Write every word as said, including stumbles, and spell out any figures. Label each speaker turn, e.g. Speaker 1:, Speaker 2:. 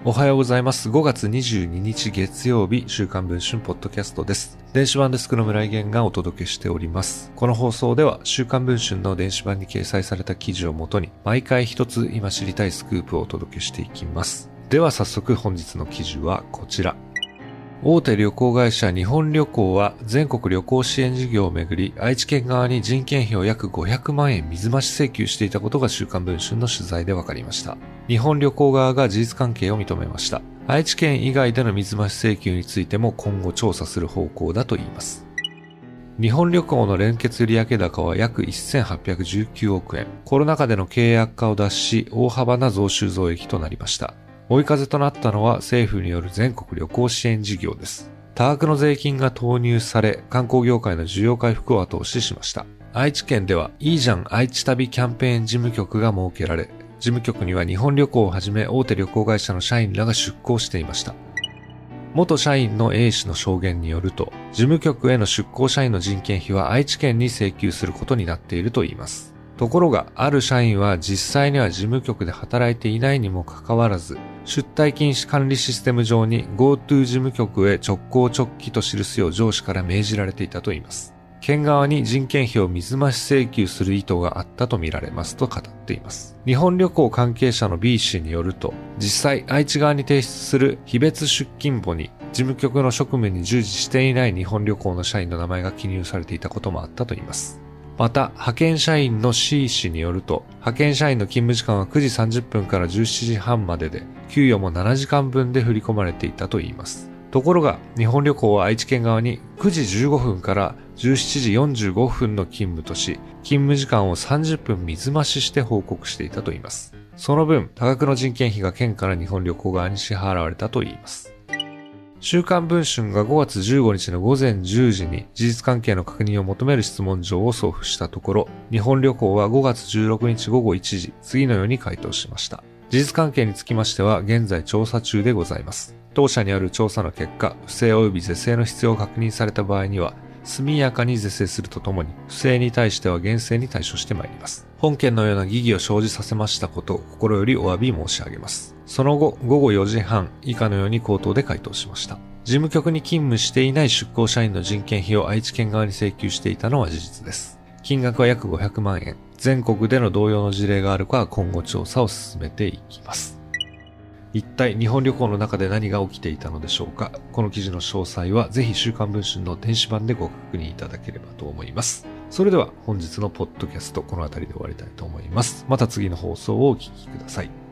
Speaker 1: おはようございます。ごがつにじゅうににち月曜日、週刊文春ポッドキャストです。電子版デスクの村井源がお届けしております。この放送では、週刊文春の電子版に掲載された記事をもとに、毎回一つ今知りたいスクープをお届けしていきます。では早速本日の記事はこちら。大手旅行会社日本旅行は全国旅行支援事業をめぐり愛知県側に人件費を約ごひゃくまんえん水増し請求していたことが週刊文春の取材で分かりました。日本旅行側が事実関係を認めました。愛知県以外での水増し請求についても今後調査する方向だといいます。日本旅行の連結売上高は約せんはっぴゃくじゅうきゅうおくえん。コロナ禍での経営悪化を脱し大幅な増収増益となりました。追い風となったのは政府による全国旅行支援事業です。多額の税金が投入され、観光業界の需要回復を後押ししました。愛知県ではいいじゃん愛知旅キャンペーン事務局が設けられ、事務局には日本旅行をはじめ大手旅行会社の社員らが出向していました。元社員の A 氏の証言によると、事務局への出向社員の人件費は愛知県に請求することになっているといいます。ところが、ある社員は実際には事務局で働いていないにもかかわらず、出退禁止管理システム上に GoTo 事務局へ直行直帰と記すよう上司から命じられていたといいます。県側に人件費を水増し請求する意図があったとみられますと語っています。日本旅行関係者の B 氏によると、実際愛知側に提出する非別出勤簿に事務局の職務に従事していない日本旅行の社員の名前が記入されていたこともあったといいます。また、派遣社員の C 氏によると、派遣社員の勤務時間はくじさんじゅっぷんからじゅうしちじはんまでで、給与もななじかんぶんで振り込まれていたといいます。ところが、日本旅行は愛知県側にくじじゅうごふんからじゅうしちじよんじゅうごふんの勤務とし、勤務時間をさんじゅっぷん水増しして報告していたといいます。その分、多額の人件費が県から日本旅行側に支払われたといいます。週刊文春がごがつじゅうごにちのごぜんじゅうじに事実関係の確認を求める質問状を送付したところ、日本旅行はごがつじゅうろくにちごごいちじ、次のように回答しました。事実関係につきましては現在調査中でございます。当社にある調査の結果、不正及び是正の必要が確認された場合には、速やかに是正するとともに、不正に対しては厳正に対処してまいります。本件のような疑義を生じさせましたことを心よりお詫び申し上げます。その後、ごごよじはん、以下のように口頭で回答しました。事務局に勤務していない出向社員の人件費を愛知県側に請求していたのは事実です。金額は約ごひゃくまんえん。全国での同様の事例があるかは今後調査を進めていきます。一体日本旅行の中で何が起きていたのでしょうか。この記事の詳細はぜひ週刊文春の電子版でご確認いただければと思います。それでは本日のポッドキャストこの辺りで終わりたいと思います。また次の放送をお聞きください。